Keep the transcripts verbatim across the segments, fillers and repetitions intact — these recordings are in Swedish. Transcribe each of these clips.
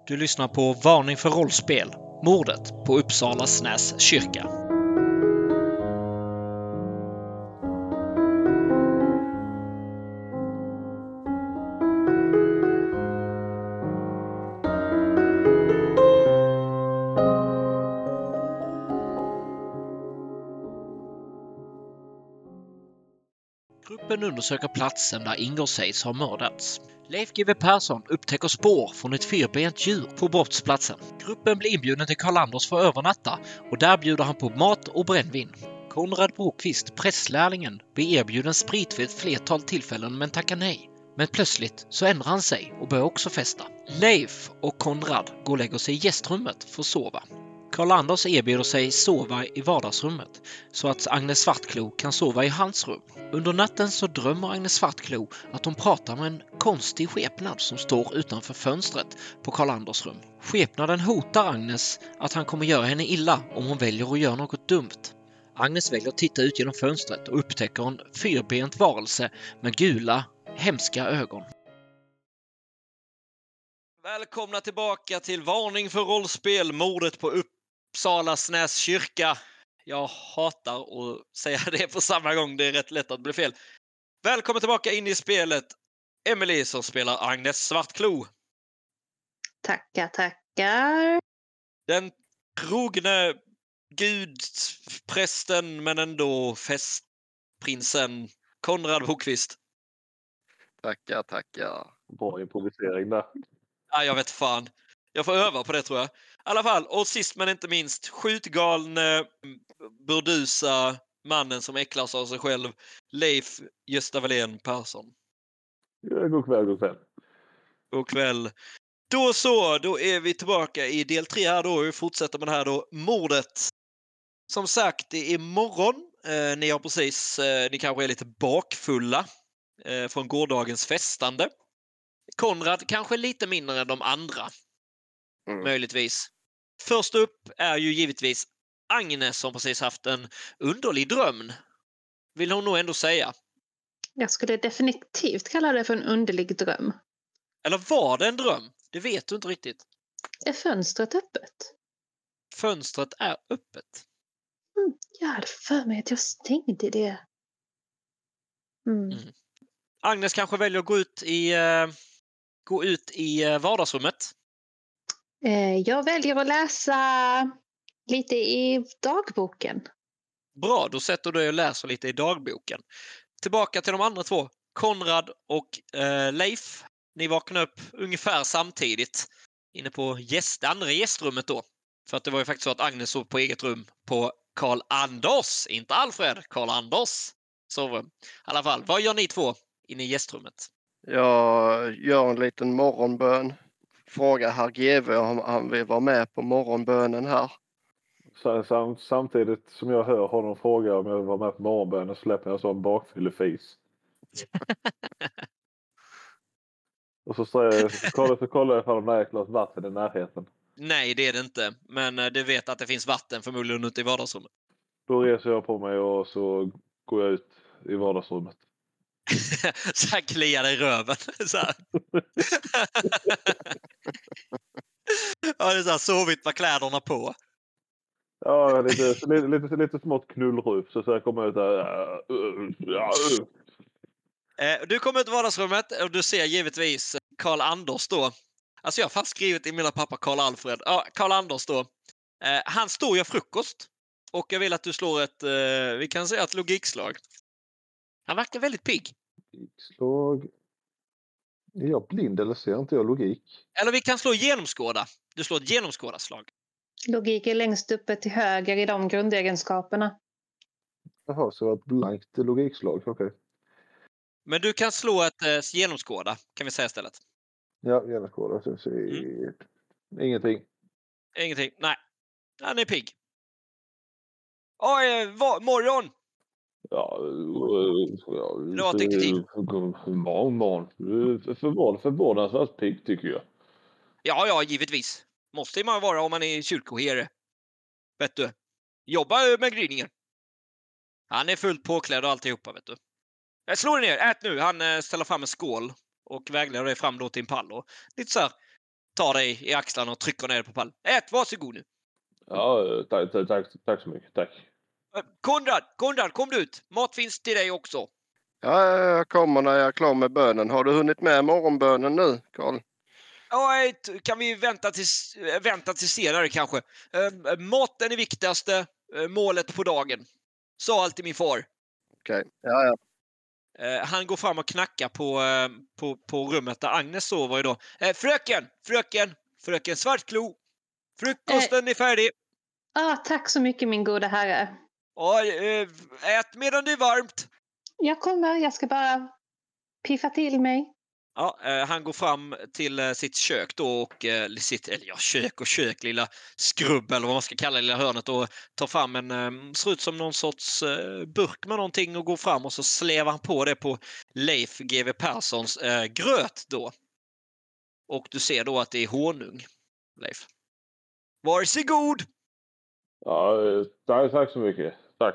Du lyssnar på Varning för rollspel, mordet på Uppsala Snäs kyrka. Gruppen undersöker platsen där Inger sägs ha mördats. Leif G W Persson upptäcker spår från ett fyrbent djur på brottsplatsen. Gruppen blir inbjuden till Karl Anders för att övernatta och där bjuder han på mat och brännvin. Konrad Brokvist, presslärlingen, blir erbjuden sprit vid ett flertal tillfällen men tackar nej. Men plötsligt så ändrar han sig och börjar också festa. Leif och Konrad går och lägger sig i gästrummet för att sova. Karl Anders erbjuder sig sova i vardagsrummet så att Agnes Svartklo kan sova i hans rum. Under natten så drömmer Agnes Svartklo att hon pratar med en konstig skepnad som står utanför fönstret på Karl Anders rum. Skepnaden hotar Agnes att han kommer göra henne illa om hon väljer att göra något dumt. Agnes väljer att titta ut genom fönstret och upptäcker en fyrbent varelse med gula, hemska ögon. Välkomna tillbaka till Varning för rollspel, mordet på Uppsala Snäs kyrka. Jag hatar att säga det på samma gång, det är rätt lätt att bli fel. Välkommen tillbaka in i spelet, Emily som spelar Agnes Svartklo. Tackar, tackar. Den trogne gudprästen men ändå festprinsen Konrad Brokvist. Tackar, tackar. Bra improvisering där. Ja, jag vet fan. Jag får öva på det tror jag. I alla fall, och sist men inte minst, skjutgalne, burdusa mannen som äcklas av sig själv, Leif Gösta Wallén Persson. Ja, god kväll, god kväll. God kväll. Då så, då är vi tillbaka i del tre här då. Vi fortsätter med det här då, mordet. Som sagt, det är morgon. Eh, ni har precis, eh, ni kanske är lite bakfulla eh, från gårdagens festande. Konrad kanske lite mindre än de andra. Mm. Möjligtvis. Först upp är ju givetvis Agnes som precis haft en underlig dröm. Vill hon nog ändå säga. Jag skulle definitivt kalla det för en underlig dröm. Eller var det en dröm? Det vet du inte riktigt. Är fönstret öppet? Fönstret är öppet. Mm, jag hade för mig att jag stängde det. Mm. Mm. Agnes kanske väljer att gå ut i, uh, gå ut i uh, vardagsrummet. Eh, jag väljer att läsa lite i dagboken. Bra, då sätter du dig och läser lite i dagboken. Tillbaka till de andra två. Konrad och uh, Leif. Ni vaknar upp ungefär samtidigt. Inne på gäst, andra gästrummet då. För att det var ju faktiskt så att Agnes sov på eget rum på Karl Anders. Inte Alfred, Karl Anders sovrum. I alla fall, vad gör ni två inne i gästrummet? Jag gör en liten morgonbön. Frågar herr G W om han vill vara med på morgonbönen här. Sam, samtidigt som jag hör honom fråga om jag vill vara med på morgonbönen släpper jag så en bakfyllefis. Och så säger jag, så kollar, så kollar jag ifall de har ett glas vatten i närheten. Nej, det är det inte. Men du vet att det finns vatten förmodligen ute i vardagsrummet. Då reser jag på mig och så går jag ut i vardagsrummet. Så här kliar i röven. Så här. Ja, det är så här sovit med kläderna på. Ja, lite, lite, lite, lite smått knullrup. Så, så jag kommer ut där. Du kommer ut i vardagsrummet och du ser givetvis Karl Anders då. Alltså jag har fast skrivit i mina pappa Karl Alfred. Ja, Karl Anders då. Eh, han står och gör frukost. Och jag vill att du slår ett, eh, vi kan säga ett logikslag. Han verkar väldigt pigg. Logikslag. Är jag blind eller ser inte jag logik? Eller vi kan slå genomskåda. Du slår ett genomskådarslag. Logik är längst uppe till höger i de grundegenskaperna. Jaha, så ett blankt logikslag, okej. Okay. Men du kan slå ett eh, genomskåda, kan vi säga istället. Ja, genomskåda. Så ser... mm. Ingenting. Ingenting, nej. Han är pigg. Oj, vad, morgon! Ja, ja det var ett detektiv. Morgon, morgon. Förvånad, förvånansvärt pigg tycker jag. Ja, ja, givetvis. Måste man vara om man är kyrkoherde. Vet du. Jobba med gryningen. Han är fullt påklädd och alltihopa, vet du. Jag slår ner, ät nu. Han ställer fram en skål och vägleder dig fram då till en pall. Och lite så här tar dig i axlarna och trycker ner på pallen. Ät, varsågod nu. Ja, tack, tack, tack, tack så mycket. Tack. Konrad, Konrad, kom du ut. Mat finns till dig också. Ja, jag kommer när jag är klar med bönen. Har du hunnit med morgonbönen nu, Karl? Ja, kan vi vänta till, vänta till senare kanske. Uh, maten är viktigaste uh, målet på dagen. Sa alltid min far. Okej, okay. ja, ja. Uh, han går fram och knackar på, uh, på, på rummet där Agnes sover idag. Uh, fröken, fröken, fröken Svartklo. Frukosten uh, är färdig. Ah, tack så mycket min goda herre. Ja, uh, ät medan det är varmt. Jag kommer, jag ska bara piffa till mig. Ja, eh, han går fram till eh, sitt kök då och eh, sitt, eller ja, kök och kök, lilla skrubb eller vad man ska kalla det, lilla hörnet, och tar fram en, eh, ser ut som någon sorts eh, burk med någonting och går fram och så slevar han på det på Leif G W Perssons eh, gröt då. Och du ser då att det är honung, Leif. Varsågod! Ja, tack, tack så mycket. Tack.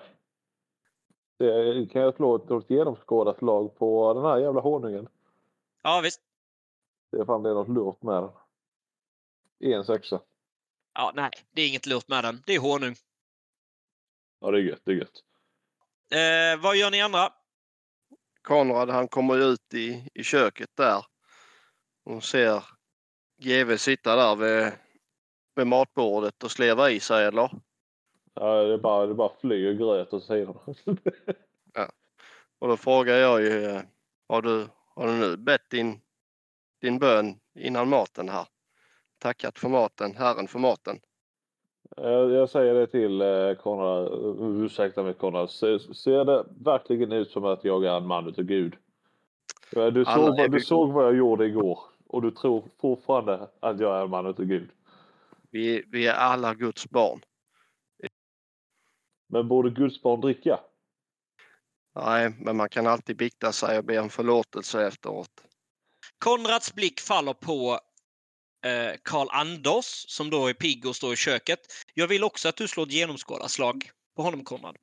Det, kan jag slå ett, ett genomskådarslag på den här jävla honungen? Ja, visst. Det är fan det är något lurt med den. En sexa. Ja, nej, det är inget lurt med den. Det är honung. Ja, det är gött, det är gött. Eh, vad gör ni andra? Konrad, han kommer ut i, i köket där. Och ser G W sitta där vid, vid matbordet och sleva i sig, eller? Ja, det är bara, det är bara flyger gröt och sidan. Ja. Och då frågar jag ju, har du, har du nu bett din, din bön innan maten här? Tackat för maten, Herren för maten. Jag säger det till Konrad, ursäkta mig Konrad, ser, ser det verkligen ut som att jag är en man utav Gud? Du såg, vad, du såg vad jag gjorde igår och du tror fortfarande att jag är en man utav Gud. Vi, vi är alla Guds barn. Men borde Guds barn dricka? Nej, men man kan alltid bikta sig och be om förlåtelse efteråt. Konrads blick faller på eh, Karl Anders som då är pigg och står i köket. Jag vill också att du slår ett genomskådarslag på honom, Konrad.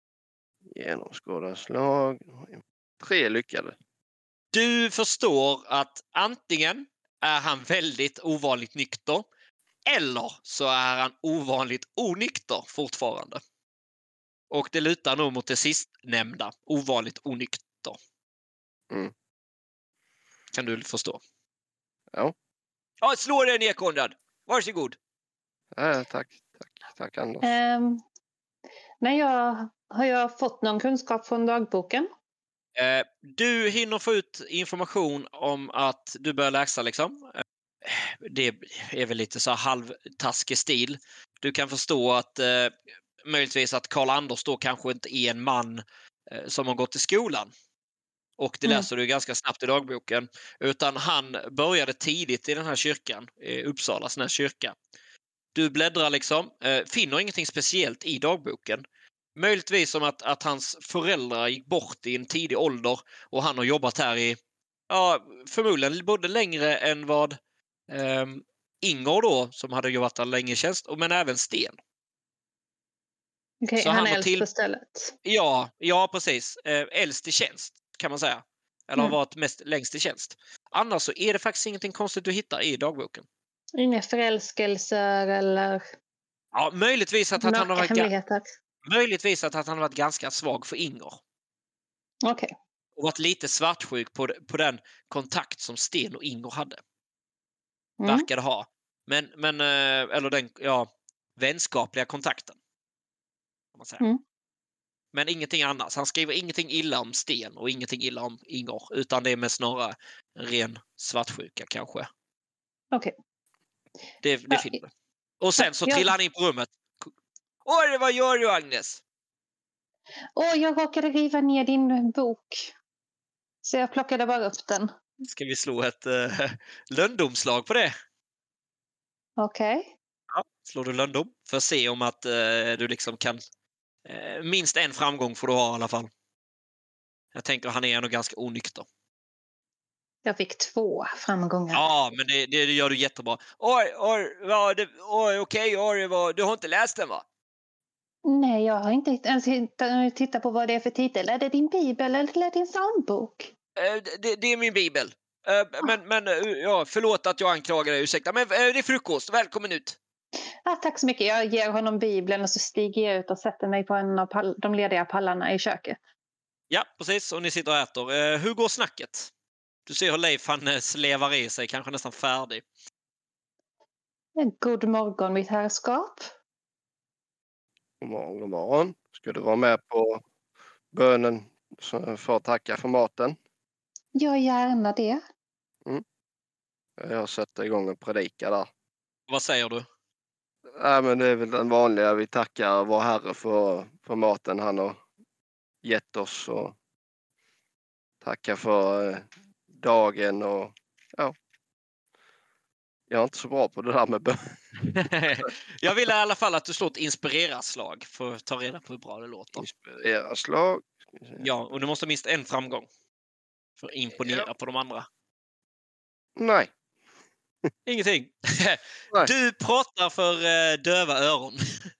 Genomskådarslag. Tre lyckade. Du förstår att antingen är han väldigt ovanligt nykter eller så är han ovanligt onykter fortfarande. Och det lutar nog mot det sistnämnda, ovanligt onykter. Mm. Kan du förstå? Ja. Ja, slå dig ner, Konrad. Varsågod. Ja, tack, tack, tack Anders. Um, när jag, har jag fått någon kunskap från dagboken? Eh, du hinner få ut information om att du börjar läsa liksom. Eh, det är väl lite så här halvtaskig stil. Du kan förstå att eh, möjligtvis att Karl Anders då kanske inte är en man eh, som har gått i skolan. Och det läser mm. du ganska snabbt i dagboken. Utan han började tidigt i den här kyrkan, i Uppsala, sån här kyrka. Du bläddrar liksom, eh, finner ingenting speciellt i dagboken. Möjligtvis som att, att hans föräldrar gick bort i en tidig ålder och han har jobbat här i, ja, förmodligen både längre än vad eh, Inger då, som hade jobbat där länge i tjänst, men även Sten. Okej, okay, han, han är äldst till... på stället. Ja, ja precis. Eh, äldst i tjänst kan man säga. Eller mm. har varit mest längst i tjänst. Annars så är det faktiskt ingenting konstigt du hittar i dagboken. Inga förälskelser eller... Ja, möjligtvis att, att han har varit ga... möjligtvis att, att han har varit ganska svag för Inger. Okej. Okay. Och varit lite svartsjuk på, på den kontakt som Sten och Inger hade. Mm. Verkade ha. Men, men eller den, ja, vänskapliga kontakten. Kan man säga. Mm. Men ingenting annars. Han skriver ingenting illa om Sten och ingenting illa om Inger. Utan det är med snarare ren svartsjuka kanske. Okej. Okay. Det, det ja, finner du. Och sen så ja. trillar han in på rummet. Oj, vad gör du, Agnes? Åh, jag råkade riva ner din bok. Så jag plockade bara upp den. Ska vi slå ett uh, löndomslag på det? Okej. Okay. Ja, slår du lönndom för att se om att uh, du liksom kan... Uh, minst en framgång får du ha i alla fall. Jag tänker att han är nog ganska onykter. Jag fick två framgångar. Ja, men det, det, det gör du jättebra. Oj, oj, vad det, oj okej, oj, vad, du har inte läst den va? Nej, jag har inte ens tittat på vad det är för titel. Är det din bibel eller är det din psalmbok? Det, det, det är min bibel. Uh, men, men uh, ja, förlåt att jag anklagar dig, ursäkta. Men uh, det är frukost, välkommen ut. Ah, tack så mycket. Jag ger honom Bibeln och så stiger jag ut och sätter mig på en av pall- de lediga pallarna i köket. Ja, precis. Och ni sitter och äter. Uh, hur går snacket? Du ser hur Leif han uh, slevar i sig, kanske nästan färdig. God morgon, mitt herrskap. God morgon, god morgon. Ska du vara med på bönen för att tacka för maten? Jag gärna det. Mm. Jag sätter igång en predika där. Vad säger du? Ja, men det är väl den vanliga. Vi tackar vår Herre för, för maten han har gett oss. Och tackar för eh, dagen och ja. Jag är inte så bra på det där med bön. Jag vill i alla fall att du slår ett inspirera-slag för att ta reda på hur bra det låter. Inspirera-slag. Ja, och du måste minst en framgång för att imponera ja. på de andra. Nej. Ingenting. Nej. Du pratar för uh, döva öron.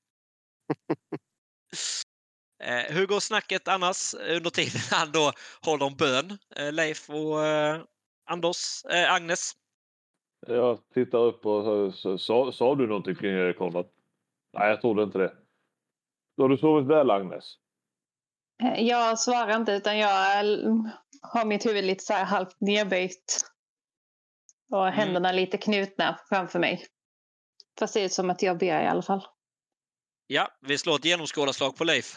uh, hur går snacket annars under tiden han då håller en bön? Uh, Leif och uh, Anders, uh, Agnes. Jag tittar upp och sa, sa, sa du någonting kring Konrad? Nej, jag trodde inte det. Har du sovit väl, Agnes? Jag svarar inte utan jag har mitt huvud lite så här halvt nedböjt. Och Mm. händerna lite knutna framför mig. Fast det är som att jag ber i alla fall. Ja, vi slår ett genomskådarslag på Leif.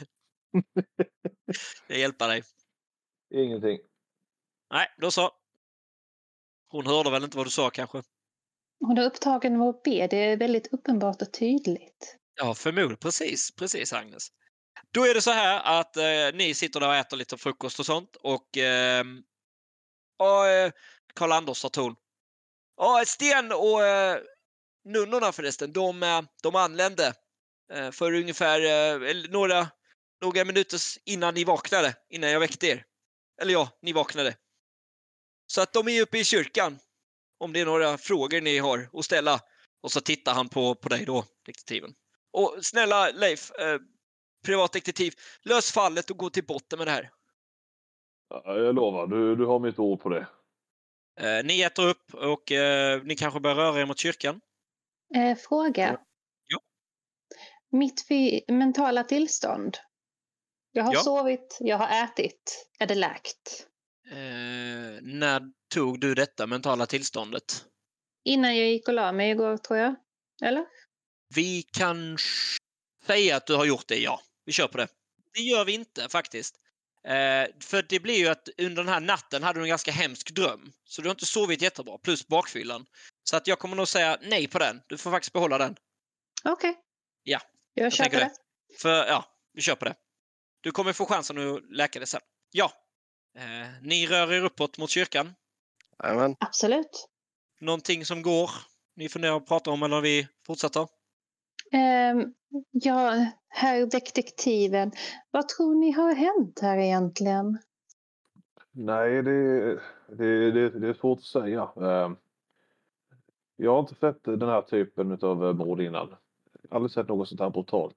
Det hjälper dig. Ingenting. Nej, då så. Hon hörde väl inte vad du sa kanske? Hon är upptagen med att be. Det är väldigt uppenbart och tydligt. Ja, förmodligen. Precis, precis Agnes. Då är det så här att eh, ni sitter där och äter lite frukost och sånt. Och, eh, och eh, Karl Anders tar ton. Ja, Sten och eh, nunnorna förresten, de, de anlände eh, för ungefär eh, några, några minuter innan ni vaknade. Innan jag väckte er. Eller ja, ni vaknade. Så att de är uppe i kyrkan. Om det är några frågor ni har att ställa. Och så tittar han på, på dig då, detektiven. Och snälla Leif, eh, privatdetektiv, lös fallet och gå till botten med det här. Ja, jag lovar, du, du har mitt ord på det. Eh, ni äter upp och eh, ni kanske börjar röra er mot kyrkan. Eh, fråga. Ja. Mitt fi- mentala tillstånd. Jag har Ja. sovit, jag har ätit. Är det läkt? Eh, när tog du detta mentala tillståndet? Innan jag gick och la mig igår, tror jag. Eller? Vi kan säga att du har gjort det, ja. Vi kör på det. Det gör vi inte faktiskt. Eh, för det blir ju att under den här natten hade du en ganska hemsk dröm. Så du har inte sovit jättebra, plus bakfyllan. Så att jag kommer nog säga nej på den. Du får faktiskt behålla den. Okej. Okay. Ja. Jag, jag köper det. det. För ja, vi kör på det. Du kommer få chansen att läka det sen. Ja. Eh, ni rör er uppåt mot kyrkan. Amen. Absolut. Någonting som går? Ni funderar att prata om eller vi fortsätter? Um, ja, herr detektiven. Vad tror ni har hänt här egentligen? Nej, det, det, det, det är svårt att säga. Uh, jag har inte sett den här typen av mord innan. Jag har aldrig sett något sånt här brutalt.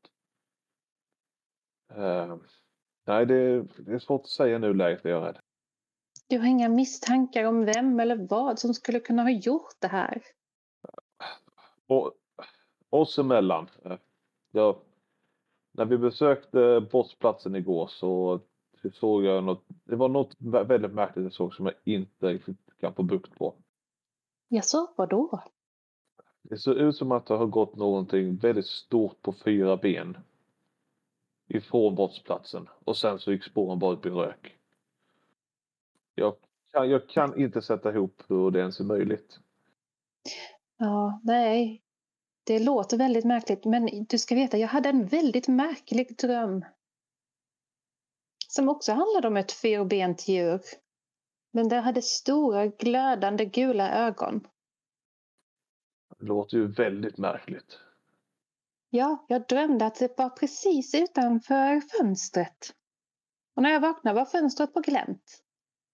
Uh, nej, det, det är svårt att säga nu läget, är jag rädd. Du har inga misstankar om vem eller vad som skulle kunna ha gjort det här? Och, oss emellan. Ja, när vi besökte brottsplatsen igår så såg jag något. Det var något väldigt märkligt jag såg som jag inte kan få bukt på. Jag så vad då? Det ser ut som att det har gått någonting väldigt stort på fyra ben ifrån brottsplatsen och sen så gick spåren bara upp i rök. Jag kan, jag kan inte sätta ihop hur det ens är möjligt. Ja, nej. Det låter väldigt märkligt, men du ska veta, jag hade en väldigt märklig dröm. Som också handlade om ett fyrbent djur. Men det hade stora glödande gula ögon. Det låter ju väldigt märkligt. Ja, jag drömde att det var precis utanför fönstret. Och när jag vaknade var fönstret på glänt.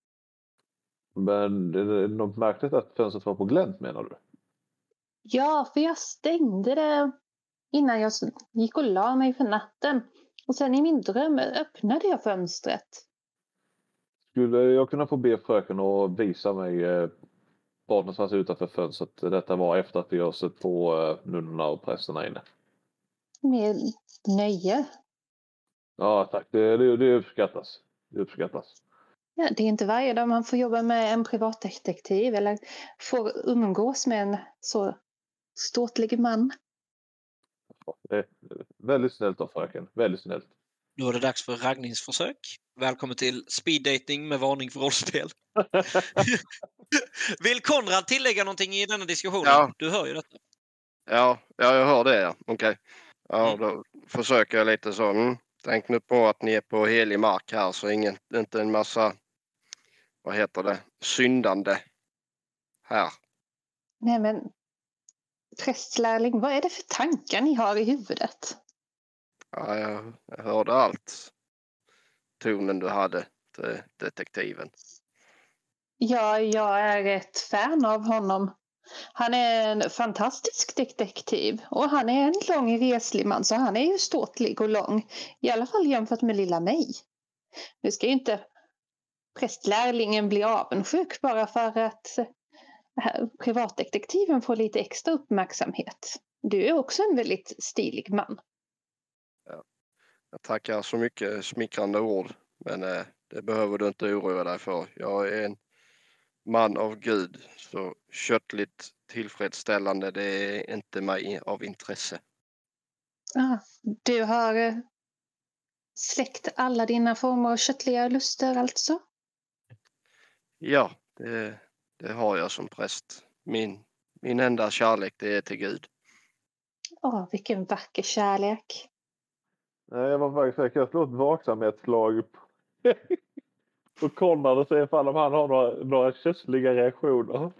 Men det är något märkligt att fönstret var på glänt, menar du? Ja, för jag stängde det innan jag gick och la mig för natten. Och sen i min dröm öppnade jag fönstret. skulle jag kunna få be fröken att visa mig eh, var någonstans utanför fönstret detta var efter att vi har sett på eh, nunnorna och prästerna inne? Med nöje. Ja, tack. Det, det, det uppskattas. Det uppskattas. Ja, det är inte varje dag man får jobba med en privatdetektiv eller får umgås med en så ståtlig man. Det är väldigt snällt av fröken. Väldigt snällt. Nu är det dags för raggningsförsök. Välkommen till speed dating med varning för rollspel. Vill Konrad tillägga någonting i denna diskussion? Ja. Du hör ju detta. Ja, ja jag hör det. Ja. Okej. Okay. Ja, Mm. då försöker jag lite så. Mm. Tänk nu på att ni är på helig mark här så ingen, inte en massa, vad heter det, syndande här. Nej men, prästlärling, vad är det för tankar ni har i huvudet? Ja, jag, jag hörde allt. Tonen du hade till detektiven. Ja, jag är ett fan av honom. Han är en fantastisk detektiv och han är en lång reslig man så han är ju ståtlig och lång. I alla fall jämfört med lilla mig. Nu ska ju inte prästlärlingen bli avundsjuk bara för att privatdetektiven får lite extra uppmärksamhet. Du är också en väldigt stilig man. Ja. Jag tackar så mycket smickrande ord men eh, det behöver du inte oroa dig för. Jag är en man av Gud så köttligt tillfredsställande det är inte mig av intresse. Ah, du har eh, släckt alla dina former av köttliga luster alltså? Ja, det, det har jag som präst. Min, min enda kärlek det är till Gud. Åh, oh, vilken vacker kärlek. Nej, jag var faktiskt säker. Jag slår ett vaksamhetslag på Konrad och se ifall om han har några, några köstliga reaktioner.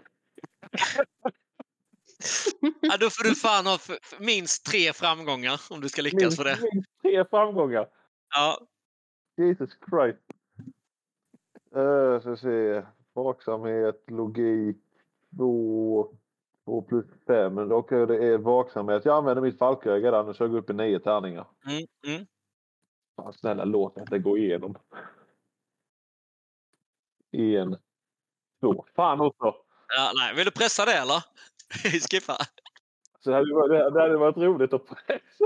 Ja, då får du fan ha f- f- minst tre framgångar om du ska lyckas minst, för det. minst tre framgångar. Ja. Jesus Christ. Uh, så se. Vaksamhet, logik, två, två plus fem. Men då kan det är vaksamhet. Jag använder mitt falköga där. Nu så jag går upp i nio tärningar. Mm, mm. Fan, snälla, låt inte gå igenom. En, två. Fan också. Ja, nej. Vill du pressa det eller? Skippa. Så det hade, varit, det hade varit roligt att pressa.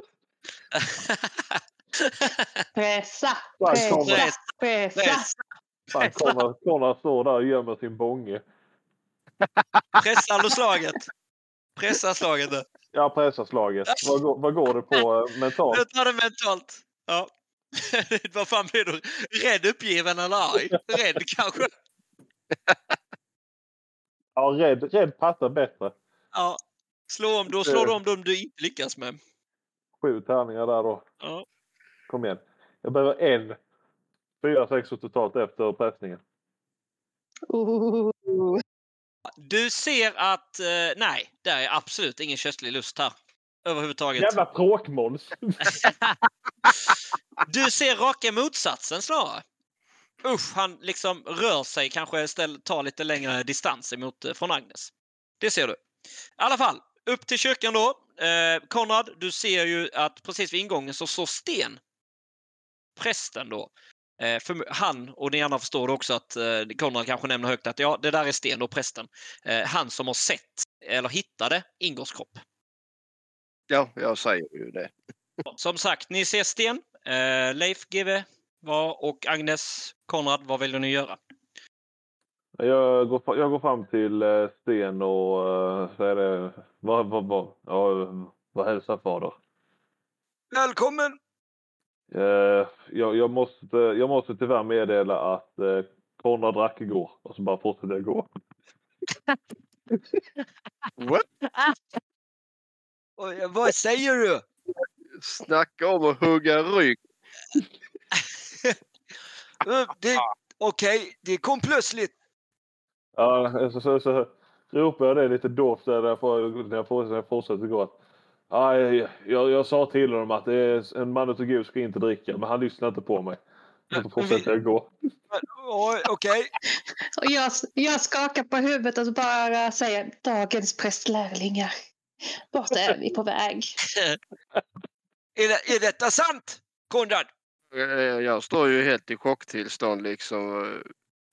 Pressa, Fan, pressa, Konrad. pressa. Fan, Konrad, Konrad står där och gömmer sin bånge. Pressa du slaget. Pressa slaget nu. Ja, pressa slaget. Vad går, vad går det på eh, mentalt? Jag tar det mentalt. Ja. Vad fan blir du? Rädd, uppgiven eller arg? Rädd kanske? Ja, rädd, rädd passar bättre. Ja. Slå om, då slår du om dem du inte lyckas med. Sju tärningar där då. Ja. Kom igen. Jag behöver en. Fyra, sex totalt efter pressningen. Uh. Du ser att, eh, nej, det är absolut ingen köstlig lust här. Överhuvudtaget. Jävla tråkmåns. Du ser raka motsatsen snarare. Usch, han liksom rör sig, kanske ställ, tar lite längre distans emot eh, från Agnes. Det ser du. I alla fall, upp till kyrkan då. Eh, Konrad, du ser ju att precis vid ingången så står Sten. Prästen då. Eh, för han, och ni andra förstår också att eh, Konrad kanske nämner högt att ja, det där är Sten då, prästen. Eh, han som har sett, eller hittade Ingors kropp. Ja, jag säger ju det. Som sagt, ni ser Sten, eh, Leif, G V vad, och Agnes, Konrad, vad vill ni göra? Jag går, jag går fram till eh, Sten och uh, säger det. Vad, vad, vad, ja, vad hälsar fader? Välkommen! Uh, jag, jag, måste, jag måste tyvärr meddela att uh, Konrad drack igår. Och så bara fortsätter jag gå. What? Oj, vad säger du? Snacka om att hugga rygg. det, Okej, okay, det kom plötsligt. Ja, så, så, så ropar jag det lite dovt där när jag, får, när jag, får, när jag fortsätter gå. Ja, jag, jag, jag sa till honom att det är en man utav Gud ska inte dricka, men han lyssnar inte på mig. Så fortsätter jag gå. Okej. Okay. Och jag, jag skakar på huvudet och bara säger dagens prästlärlingar. Vart är vi på väg? är, det, är detta sant, Konrad? Jag står ju helt i chocktillstånd liksom.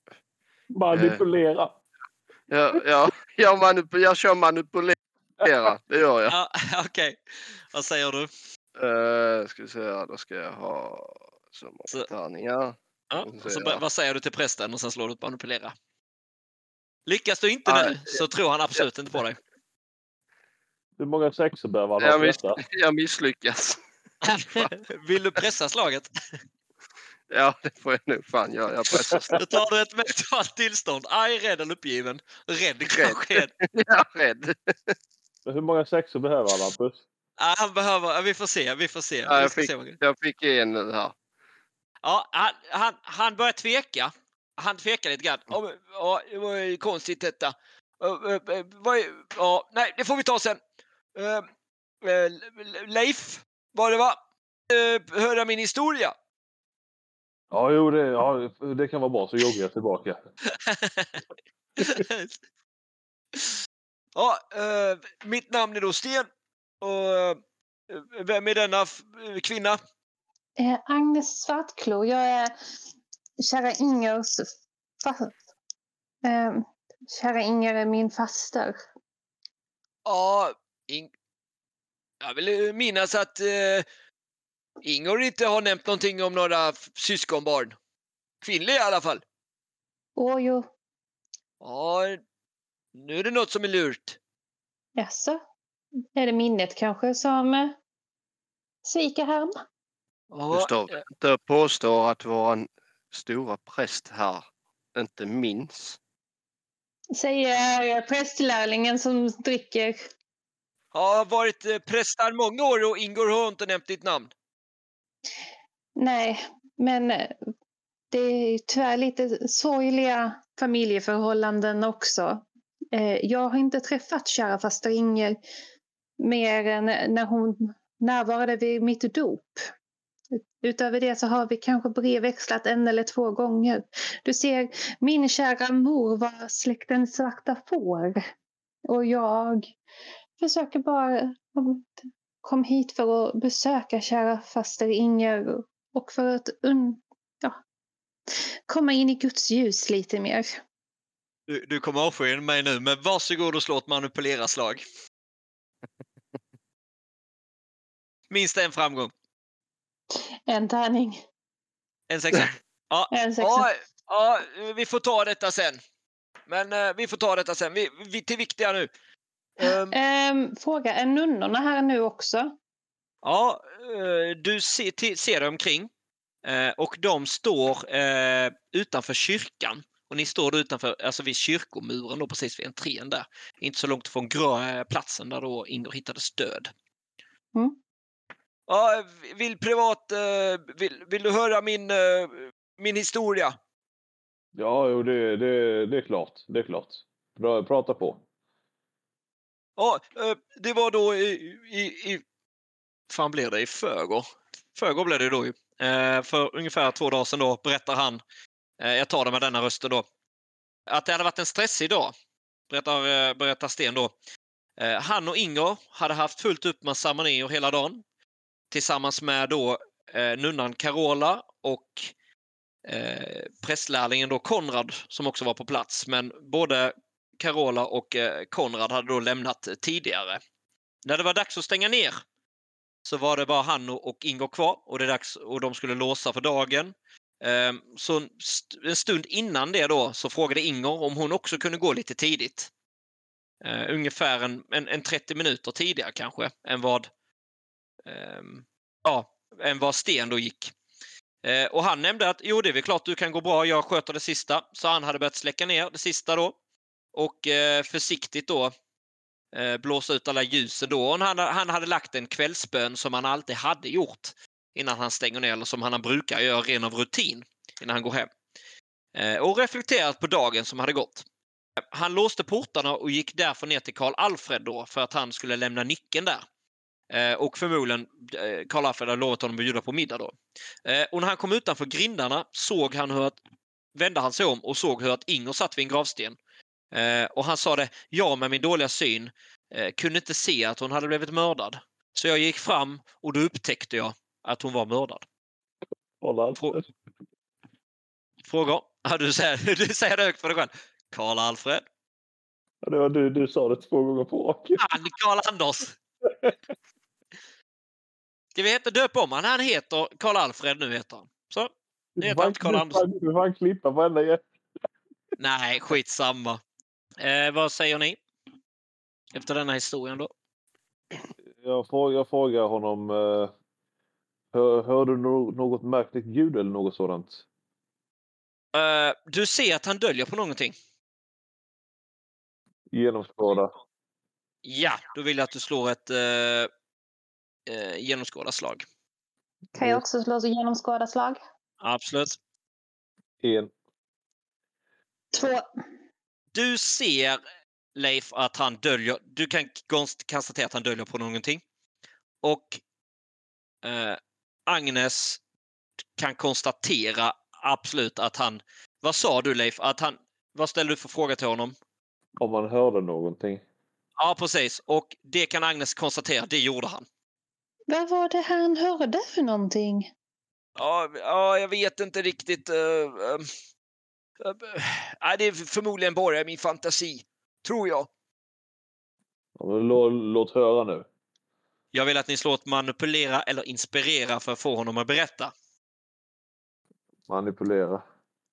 Manipulera. Ja, ja, jag, manip- jag kör manipulera. Det gör jag. Ja, okej. Okay. Vad säger du? Uh, ska vi se här, då ska jag ha så många Så- tärningar. Ja, Ska vi och se så, här. vad säger du till prästen och sen slår du på manipulera? Lyckas du inte Ja, nu så tror han absolut inte på dig. Hur många sexor behöver han ha Jag, för miss- detta? jag misslyckas. Vill du pressa slaget? Ja, det får jag nu fan göra. Jag pressar Då snabbt. tar du ett mentalt tillstånd. Arg, rädd eller uppgiven. Rädd kanske. Jag är rädd. Men hur många sexor behöver han, Hampus? Ja, han behöver, vi får se, vi får se. Ja, vi jag, ska fick, se vad- jag fick en nu här. Ja, han, han, han börjar tveka. Han tvekar lite grann. Ja, ja, det var ju konstigt detta. Ja, ja, vad är- ja, nej, det får vi ta sen. Eh, eh, Leif, vad det var. Uh, höra min historia. Ja, jo, det, ja, det kan vara bra, så joggar jag tillbaka. Ja, eh, mitt namn är då Sten. Och eh, vem är denna f- kvinna? Eh, Agnes Svartklo, jag är kära Ingers fa- eh, kära Inger är min faster. Ja, In- jag vill minnas att eh, Ingor inte har nämnt någonting om några f- syskonbarn. Kvinnliga i alla fall. Åh jo, Ja, nu är det något som är lurt. jaså? Är det minnet kanske som eh, sviker hem? Du Ja, står eh, inte och påstår att vår stora präst här inte minns. Säger prästlärlingen som dricker. har varit eh, präst här många år och Ingor har inte nämnt ditt namn. Nej, men eh, det är tyvärr lite sorgliga familjeförhållanden också. Eh, Jag har inte träffat kära faster Inger mer än när hon närvarade vid mitt dop. Utöver det så har vi kanske brevväxlat en eller två gånger. Du ser, min kära mor var släkten Svarta får. Och jag försöker bara kom hit för att besöka kära faster Inger och för att un- ja, komma in i Guds ljus lite mer. Du, du kommer avsky mig nu, men varsågod och slå ett manipulera-slag. Minst en framgång. En tärning. En sexa. Ja, En sexa. ja, ja, vi får ta detta sen. Men eh, vi får ta detta sen. Vi, vi till viktiga nu. Ehm, Ehm, fråga, är nunnorna här nu också? ja, eh, du ser, till, ser dig omkring. Eh, och de står eh, utanför kyrkan. Och ni står då utanför, alltså vid kyrkomuren då, precis vid entrén där. Inte så långt från grö, platsen där då Inger hittade stöd. Mm. Ja, vill privat, eh, vill, vill du höra min, eh, min historia? Ja, jo, det, det, det är klart. Det är klart. Bra, prata på. Ja, eh, det var då i, i, i fan blev det i förrgår? Förrgår blev det då ju. Eh, för ungefär två dagar sedan då berättar han, eh, jag tar det med denna rösten då, att det hade varit en stressig dag, berättar, eh, berättar Sten då. Eh, han och Inger hade haft fullt upp med ceremonier hela dagen tillsammans med då eh, nunnan Carola och eh, prästlärlingen då Konrad som också var på plats. Men både Carola och eh, Konrad hade då lämnat tidigare. När det var dags att stänga ner så var det bara han och Inger kvar och, det är dags, och de skulle låsa för dagen. Eh, så en stund innan det då så frågade Inger om hon också kunde gå lite tidigt. Uh, ungefär en, en, en trettio minuter tidigare kanske än vad, um, ja, än vad Sten då gick. Uh, och han nämnde att jo, det är väl klart du kan gå bra, jag sköter det sista. Så han hade börjat släcka ner det sista då. Och uh, försiktigt då uh, blåsa ut alla ljusen då. Och han, han hade lagt en kvällsbön som han alltid hade gjort innan han stänger ner, eller som han brukar göra ren av rutin innan han går hem. Uh, och reflekterat på dagen som hade gått. Han låste portarna och gick därför ner till Karl Alfred då för att han skulle lämna nyckeln där. Eh, och förmodligen eh, Karl Alfred hade lovat honom att bjuda på middag då. Eh, och när han kom utanför grindarna såg han hur att, vände han sig om och såg hur att Inger satt vid en gravsten. Eh, och han sa det, jag med min dåliga syn eh, kunde inte se att hon hade blivit mördad. Så jag gick fram och då upptäckte jag att hon var mördad. Hålla. Frå- Frågor? Ja, du säger, du säger det högt för dig själv. Karl Alfred. Ja, det var du, du sa det två gånger på raken. Han Karl Anders. Ska vi heta döpa om han? Han heter Karl Alfred nu heter han. Så. Nu heter han inte Karl Anders. Du får fan klippa varenda jätt. Nej, skitsamma. Eh, vad säger ni? Efter denna historien då? Jag frågar, jag frågar honom. Eh, hör, hör du no- något märkligt ljud eller något sådant? Uh, du ser att han döljer på någonting. Genomskåda. Ja, då vill jag att du slår ett uh, uh, genomskådarslag. Kan jag också slå genomskådarslag? Absolut. En. Två. Du ser, Leif, att han döljer. Du kan konstatera att han döljer på någonting. Och uh, Agnes kan konstatera absolut att han... Vad sa du, Leif? Att han... Vad ställde du för fråga till honom? Om man hörde någonting. Ja, precis. Och det kan Agnes konstatera. Det gjorde han. Vad var det han hörde för någonting? Ja, ja jag vet inte riktigt. Uh, uh, uh, det är förmodligen bara min fantasi. Tror jag. Ja, men låt, låt höra nu. Jag vill att ni slår ett manipulera eller inspirera för att få honom att berätta. Manipulera.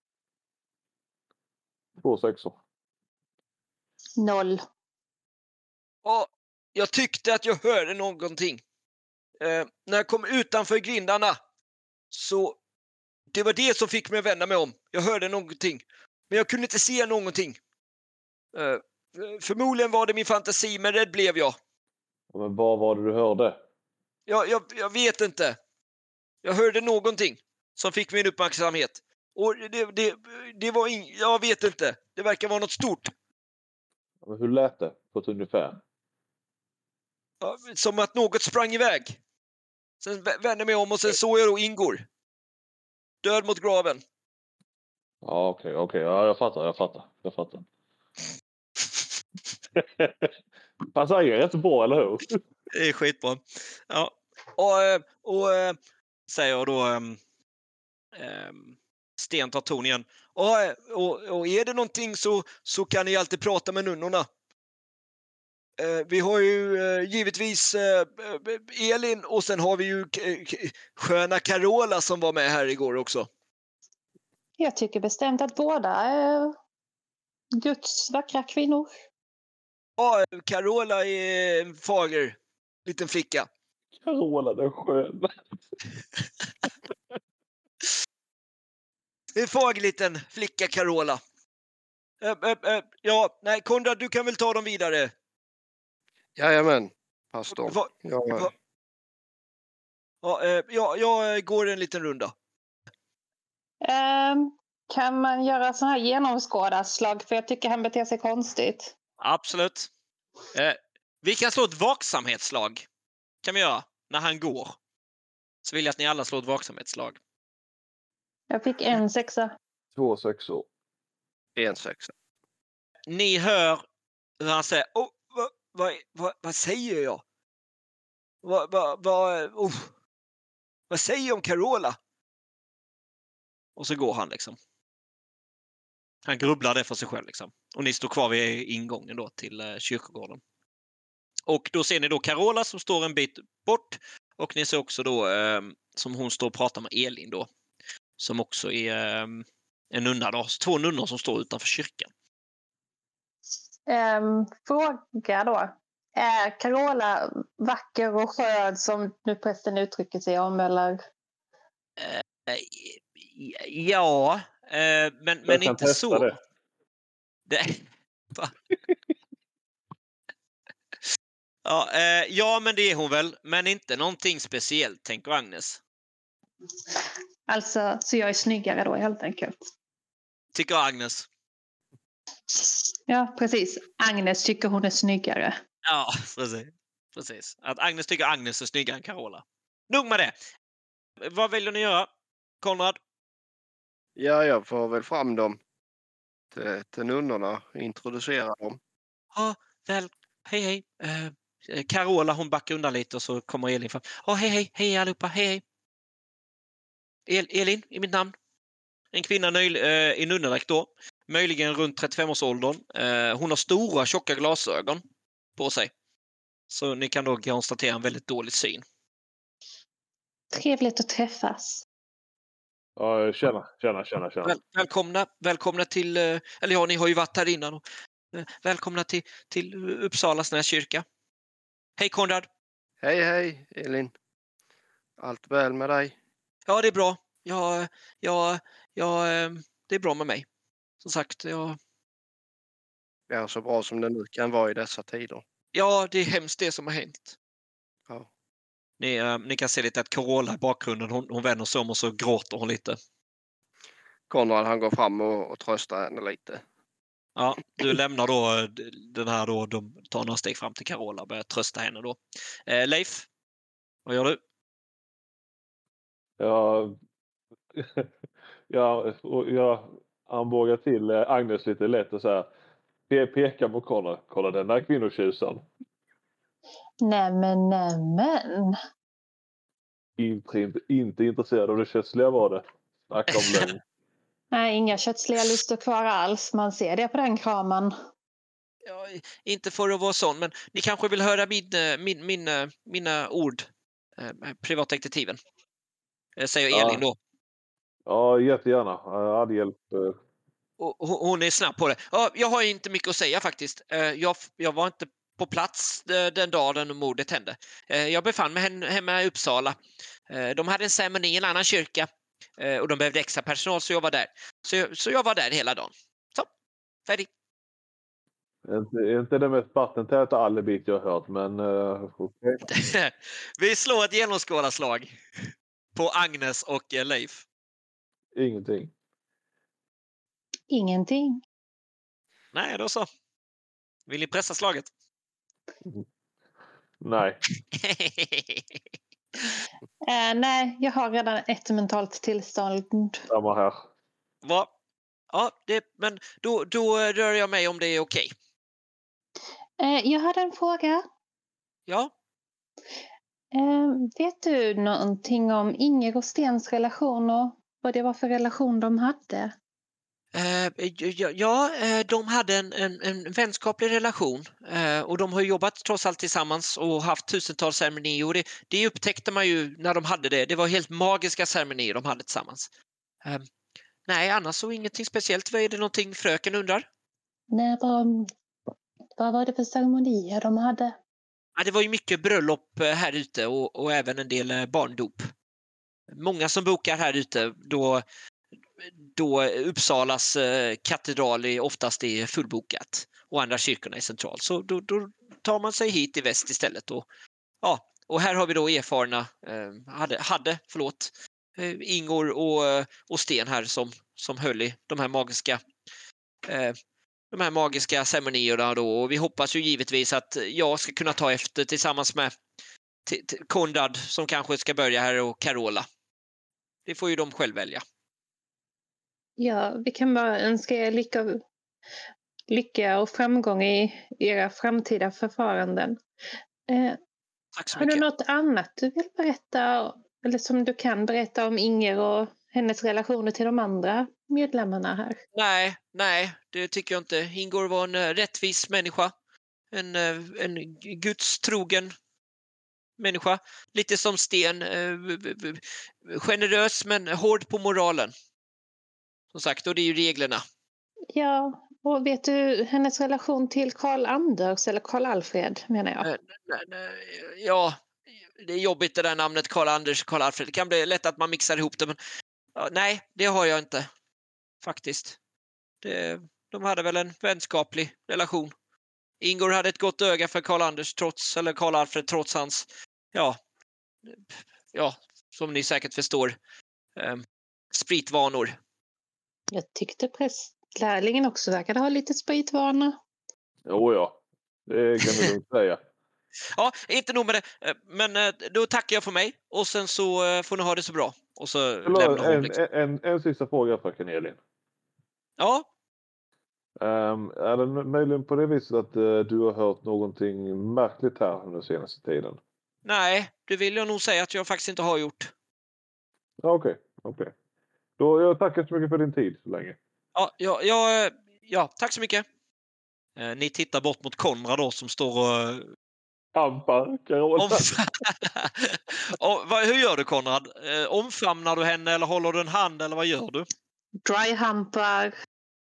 Två sexor. Noll. Och jag tyckte att jag hörde någonting. Eh, när jag kom utanför grindarna så det var det som fick mig att vända mig om. Jag hörde någonting. Men jag kunde inte se någonting. Eh, förmodligen var det min fantasi, men rädd blev jag. Ja, men vad var det du hörde? Jag, jag, jag vet inte. Jag hörde någonting som fick min uppmärksamhet. Och det, det, det var in, jag vet inte. Det verkar vara något stort. Ja, men hur lät det på ett ungefär? Ja, som att något sprang iväg. Sen vände mig om och sen såg jag då Ingor. Död mot graven. Ja, okej, okay, okej. Okay. Ja, jag fattar, jag fattar. Jag fattar. Fast han är rätt bra, eller hur? Det är skitbra. Ja. Och, och säger jag då um, um, Sten tar ton igen. Och, och, och är det någonting så, så kan ni alltid prata med nunnorna. Uh, vi har ju uh, givetvis uh, Elin och sen har vi ju uh, sköna Carola som var med här igår också. Jag tycker bestämt att båda är Guds vackra kvinnor. Ja, Carola är en fager liten flicka. Carola, den skön. En fager liten flicka, Carola. Äh, äh, äh, ja, nej, Konrad, du kan väl ta dem vidare. Jajamän, pastor. Va, ja, va, ja, äh, ja, jag går en liten runda. Um, kan man göra sån här genomskådarslag? För jag tycker han beter sig konstigt. Absolut. Eh, vi kan slå ett vaksamhetslag. Kan vi göra när han går. Så vill jag att ni alla slår ett vaksamhetslag. Jag fick en sexa. Två sexor. En sexa. Ni hör hur han säger, oh, vad, vad, vad, vad säger jag? Vad, vad, vad, oh, vad säger jag om Carola? Och så går han liksom. Han grubblar det för sig själv liksom. Och ni står kvar vid ingången då till eh, kyrkogården. Och då ser ni då Carola som står en bit bort. Och ni ser också då eh, som hon står och pratar med Elin då. Som också är eh, en nunna då. Två nunnor som står utanför kyrkan. Um, fråga då. Är Carola vacker och skön som nu prästen uttrycker sig om, eller? Eh, ja, eh, men, men inte så. Det. Det, ja, eh, ja, men det är hon väl. Men inte någonting speciellt, tänker Agnes. Alltså, så jag är snyggare då helt enkelt. Tycker Agnes. Ja, precis. Agnes tycker hon är snyggare. Ja, precis. precis. Att Agnes tycker Agnes är snyggare än Carola. Nog med det. Vad vill ni göra, Konrad? Ja, jag får väl fram dem till, till nunnorna. Introducera dem. Ja, väl. Hej, hej. Eh, Carola, hon backar undan lite och så kommer Elin fram. Ja, hej, hej. Hej allihopa. Hej, hej. El- Elin, i mitt namn. En kvinna nöj, eh, i nunnedräkt då. Möjligen runt trettiofem-årsåldern. Eh, hon har stora, tjocka glasögon på sig. Så ni kan då konstatera en väldigt dålig syn. Trevligt att träffas. Ja, tjena, tjena, tjena, tjena. Väl, välkomna, välkomna till, eh, eller ja, ni har ju varit här innan. Och, eh, välkomna till, till Uppsala kyrka. Hej Konrad! Hej, hej Elin. Allt väl med dig? Ja, det är bra. Ja, ja, ja, eh, det är bra med mig. Som sagt, ja, Ja, så bra som det nu kan vara i dessa tider. ja, det är hemskt det som har hänt. Ja. Ni, eh, ni kan se lite att Carola i bakgrunden, hon, hon vänder sig om och så gråter hon lite. Konrad han går fram och, och tröstar henne lite. Ja, du lämnar då eh, den här då, de tar några steg fram till Carola och börjar trösta henne då. Eh, Leif, vad gör du? Ja, ja, och jag armbågar till eh, Agnes lite lätt och så här. pe- Pekar på Connor. Kolla den där kvinnotjusan. Nämen, nämen. Inte, inte, inte intresserad av det kötsliga var det. Snacka om lögn. Nej, inga köttsliga lustor kvar alls. Man ser det på den kramen. Ja, inte för att vara sån, men ni kanske vill höra min, eh, min, min, eh, mina ord, eh, privatdetektiven. Eh, säger Ja. Elin då. Ja, jättegärna. Jag hade hjälp. eh, Och hon hon är snabb på det. Ja, jag har inte mycket att säga faktiskt. Eh, Jag, jag var inte på plats eh, den dagen mordet hände. Eh, Jag befann mig hem- hemma i Uppsala. Eh, De hade en ceremoni i en annan kyrka eh, och de behövde extra personal så jag var där. Så jag, så jag var där hela dagen. Så, färdig. Inte, inte det mest vattentäta alibit jag har hört, men uh, okej. Vi slår ett genomskådarslag på Agnes och eh, Leif. Ingenting. Ingenting. Nej, då så. Vill ni pressa slaget? Nej. Eh, nej, jag har redan ett mentalt tillstånd. Samma här. Va? Ja, det, men då, då rör jag mig om det är okej. Eh, jag hade en fråga. Ja. Eh, vet du någonting om Inger och Stens relation och vad det var för relation de hade? Eh, ja, ja, eh, de hade en, en, en vänskaplig relation eh, och de har jobbat trots allt tillsammans och haft tusentals ceremonier. Och det, det upptäckte man ju när de hade det. Det var helt magiska ceremonier de hade tillsammans. Eh, nej, annars så ingenting speciellt. Vad är det någonting fröken undrar? Nej, vad, vad var det för ceremonier de hade? Ja, det var ju mycket bröllop eh, här ute och, och även en del eh, barndop. Många som bokar här ute då då Uppsalas eh, katedral är oftast är fullbokat och andra kyrkorna är central. Så då, då tar man sig hit i väst istället. Och, ja, och här har vi då erfarna, eh, hade, hade förlåt, eh, Ingor och, eh, och Sten här som, som höll i de här magiska eh, de här magiska ceremonierna då. Och vi hoppas ju givetvis att jag ska kunna ta efter tillsammans med t- t- Konrad som kanske ska börja här och Carola. Det får ju de själv välja. Ja, vi kan bara önska er lycka, lycka och framgång i era framtida förfaranden. Eh, Tack så har du mycket. något annat du vill berätta eller som du kan berätta om Inger och hennes relationer till de andra medlemmarna här? Nej, nej, det tycker jag inte. Ingor var en eh, rättvis människa. En, eh, en gudstrogen människa. Lite som Sten. eh, v- v- v- Generös men hård på moralen. Som sagt, och det är ju reglerna. Ja, och vet du hennes relation till Karl Anders eller Karl Alfred menar jag? Eh, nej, nej, Ja, det är jobbigt det där namnet Karl Anders, Karl Alfred. Det kan bli lätt att man mixar ihop det, men ja, nej, det har jag inte. Faktiskt. Det, de hade väl en vänskaplig relation. Ingor hade ett gott öga för Karl Anders trots, eller Karl Alfred trots hans, ja, ja, som ni säkert förstår, eh, spritvanor. Jag tyckte prästlärlingen också verkade ha lite spritvana. Jo, ja. Det kan vi lugnt säga. Ja, inte nog med det, eh, men eh, då tackar jag för mig och sen så eh, får ni ha det så bra. Och så Förlåt, lämnar hon en, liksom. en, en sista fråga fröken Elin. Ja, Um, är det möjligen på det viset att uh, du har hört någonting märkligt här under senaste tiden? nej, det vill jag nog säga att jag faktiskt inte har gjort. Ja, okej, okej. Då, jag tackar så mycket för din tid så länge. Ja, ja, ja, ja tack så mycket. Eh, ni tittar bort mot Konrad då som står och... Hampar, Carola. Omf- och, vad, hur gör du Konrad? Eh, omfamnar du henne eller håller du en hand eller vad gör du? Dry humpar.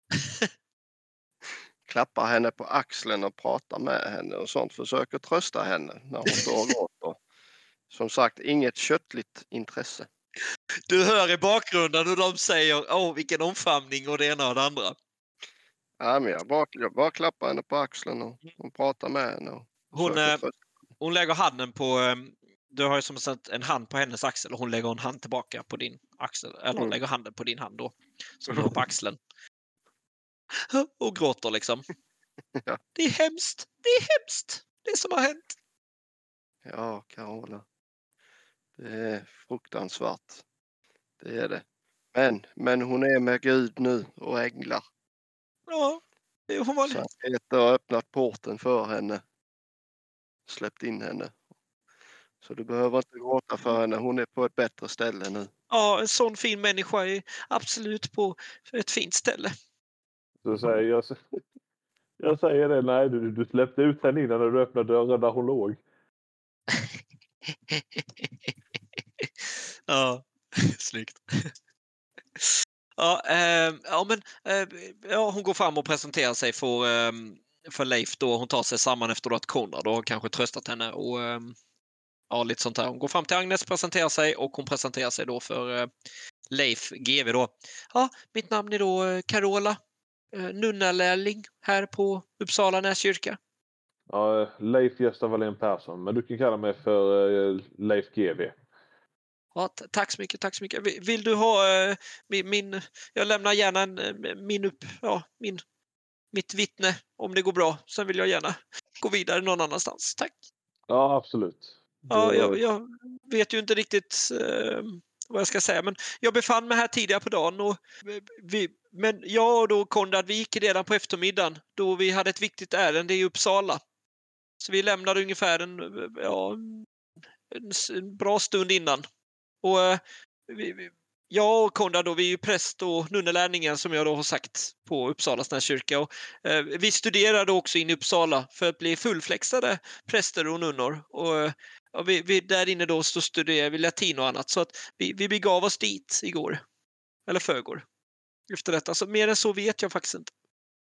Klappar henne på axeln och pratar med henne och sånt. Försöker trösta henne när hon står och gråter. Som sagt, inget köttligt intresse. Du hör i bakgrunden hur de säger åh vilken omfamning och det ena och det andra. Ja, men jag, bara, jag bara klappar henne på axeln och, och pratar med henne. Och Hon, eh, trösta. hon lägger handen på... Eh, du har ju som sagt en hand på hennes axel och hon lägger en hand tillbaka på din axel. Eller hon Mm. lägger handen på din hand då. Som du har på axeln. Och gråter liksom. Ja. Det är hemskt. Det är hemskt. Det som har hänt. Ja, Carola. Det är fruktansvärt. Det är det. Men, men hon är med Gud nu och änglar. Ja, det, hon var... Så Peter har öppnat porten för henne. Släppt in henne. Så du behöver inte gråta för henne. Hon är på ett bättre ställe nu. Ja, en sån fin människa är absolut på ett fint ställe. Så säger jag, jag säger det, nej du, du släppte ut henne innan när du öppnade dörren där hon låg. Ja, snyggt. Ja, eh, ja, men eh, ja, hon går fram och presenterar sig för, eh, för Leif då. Hon tar sig samman efter att Konrad då har kanske tröstat henne och eh, ja, lite sånt här. Hon går fram till Agnes, presenterar sig och hon presenterar sig då för eh, Leif G V då. Ja, mitt namn är då eh, Carola, eh, nunnalärling här på Uppsala Näskyrka. Ja, Leif Gösta Wallén Persson, men du kan kalla mig för uh, Leif G V. Ja, t- tack så mycket, tack så mycket. Vill, vill du ha eh, min, min... Jag lämnar gärna en, eh, min upp... Ja, min... Mitt vittne, om det går bra. Sen vill jag gärna gå vidare någon annanstans. Tack. Ja, absolut. Ja, Det- jag, jag vet ju inte riktigt eh, vad jag ska säga, men jag befann mig här tidigare på dagen och vi, men jag och då Konrad, vi gick redan på eftermiddagen då vi hade ett viktigt ärende i Uppsala. Så vi lämnade ungefär en, ja, en, en bra stund innan. Och eh, vi, vi, jag och Konrad då, vi är ju präst och nunnelärningen som jag då har sagt på Uppsalas Näskyrka. Och, eh, vi studerade också in i Uppsala för att bli fullflexade präster och nunnor. Och, eh, och vi, vi, där inne då så studerade vi latin och annat. Så att vi, vi begav oss dit igår. Eller förrgår. Efter detta. Så mer än så vet jag faktiskt inte.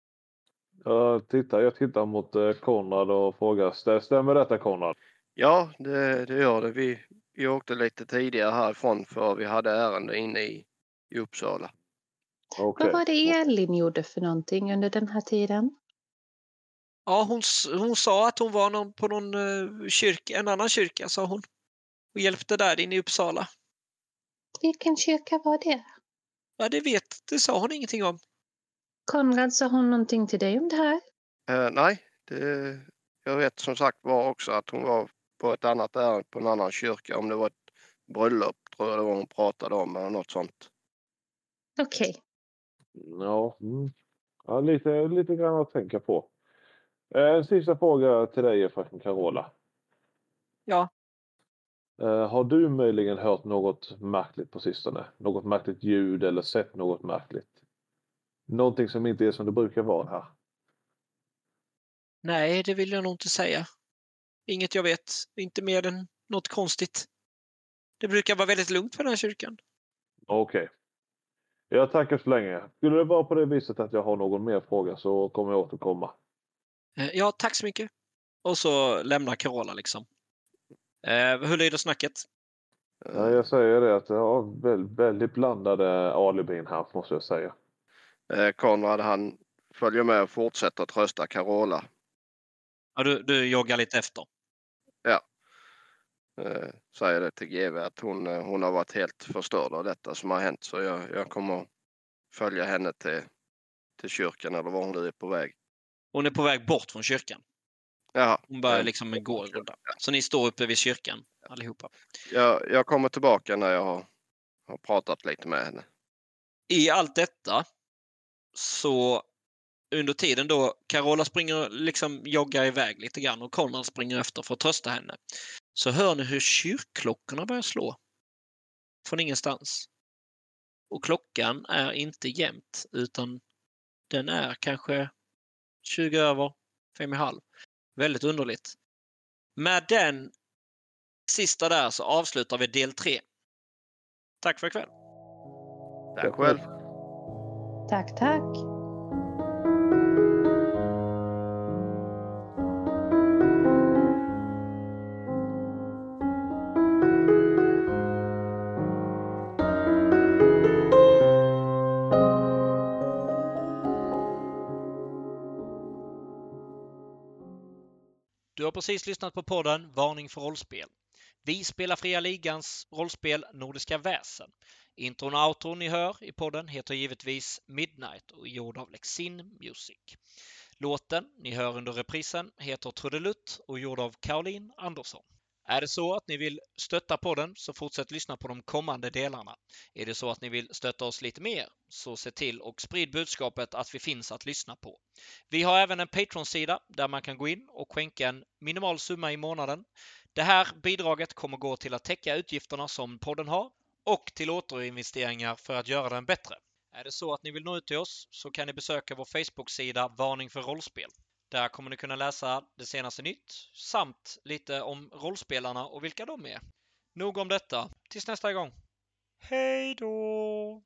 Jag tittar, jag tittar mot eh, Konrad och frågar, "Stä- stämmer detta Konrad?" Ja, det, det gör det. Vi, vi åkte lite tidigare härifrån för vi hade ärende inne i, i Uppsala. Okej. Vad var det Elin gjorde för någonting under den här tiden? Ja, hon, s- hon sa att hon var någon, på någon uh, kyrka, en annan kyrka, sa hon. Och hjälpte där inne i Uppsala. Vilken kyrka var det? Ja, det vet, det sa hon ingenting om. Konrad, sa hon någonting till dig om det här? Eh, nej, det, jag vet som sagt var också att hon var på ett annat ärende på en annan kyrka. Om det var ett bröllop tror jag det var hon pratade om eller något sånt. Okej. Ja, mm. Ja, lite, lite grann att tänka på. Eh, En sista fråga till dig fröken Carola. Ja. Eh, har du möjligen hört något märkligt på sistone? Något märkligt ljud eller sett något märkligt? Någonting som inte är som det brukar vara här. Nej, det vill jag nog inte säga. Inget jag vet. Inte mer än något konstigt. Det brukar vara väldigt lugnt på den här kyrkan. Okej. Jag tackar så länge. Skulle det vara på det viset att jag har någon mer fråga så kommer jag återkomma. Eh, Ja, tack så mycket. Och så lämnar Carola liksom. Eh, hur lyder snacket? Ja, jag säger det att jag har väldigt, väldigt blandade alibin här måste jag säga. Eh, Konrad han följer med och fortsätter trösta Carola. Ja, du, du joggar lite efter. Eh, säger det till G V att hon, eh, hon har varit helt förstörd av detta som har hänt. Så jag, jag kommer följa henne till, till kyrkan eller var hon nu är på väg. Hon är på väg bort från kyrkan. Jaha, Hon börjar eh, liksom gå en runda. Så ni står uppe vid kyrkan allihopa. jag, jag kommer tillbaka när jag har, har pratat lite med henne. I allt detta så under tiden då Carola springer liksom joggar iväg lite grann och Konrad springer efter för att trösta henne. Så hör ni hur kyrkklockorna börjar slå. Från ingenstans. Och klockan är inte jämnt utan den är kanske tjugo över, fem och halv. Väldigt underligt. Med den sista där så avslutar vi del tre. Tack för ikväll. Tack själv. Tack, tack. Du har precis lyssnat på podden Varning för rollspel. Vi spelar Fria Ligans rollspel Nordiska väsen. Intron och outron ni hör i podden heter givetvis Midnight och är gjord av Lexin Music. Låten ni hör under reprisen heter Trudelutt och är gjord av Caroline Andersson. Är det så att ni vill stötta podden så fortsätt lyssna på de kommande delarna. Är det så att ni vill stötta oss lite mer så se till och sprid budskapet att vi finns att lyssna på. Vi har även en Patreon-sida där man kan gå in och skänka en minimal summa i månaden. Det här bidraget kommer gå till att täcka utgifterna som podden har och till återinvesteringar för att göra den bättre. Är det så att ni vill nå ut till oss så kan ni besöka vår Facebook-sida Varning för rollspel. Där kommer ni kunna läsa det senaste nytt samt lite om rollspelarna och vilka de är. Nog om detta. Tills nästa gång. Hej då!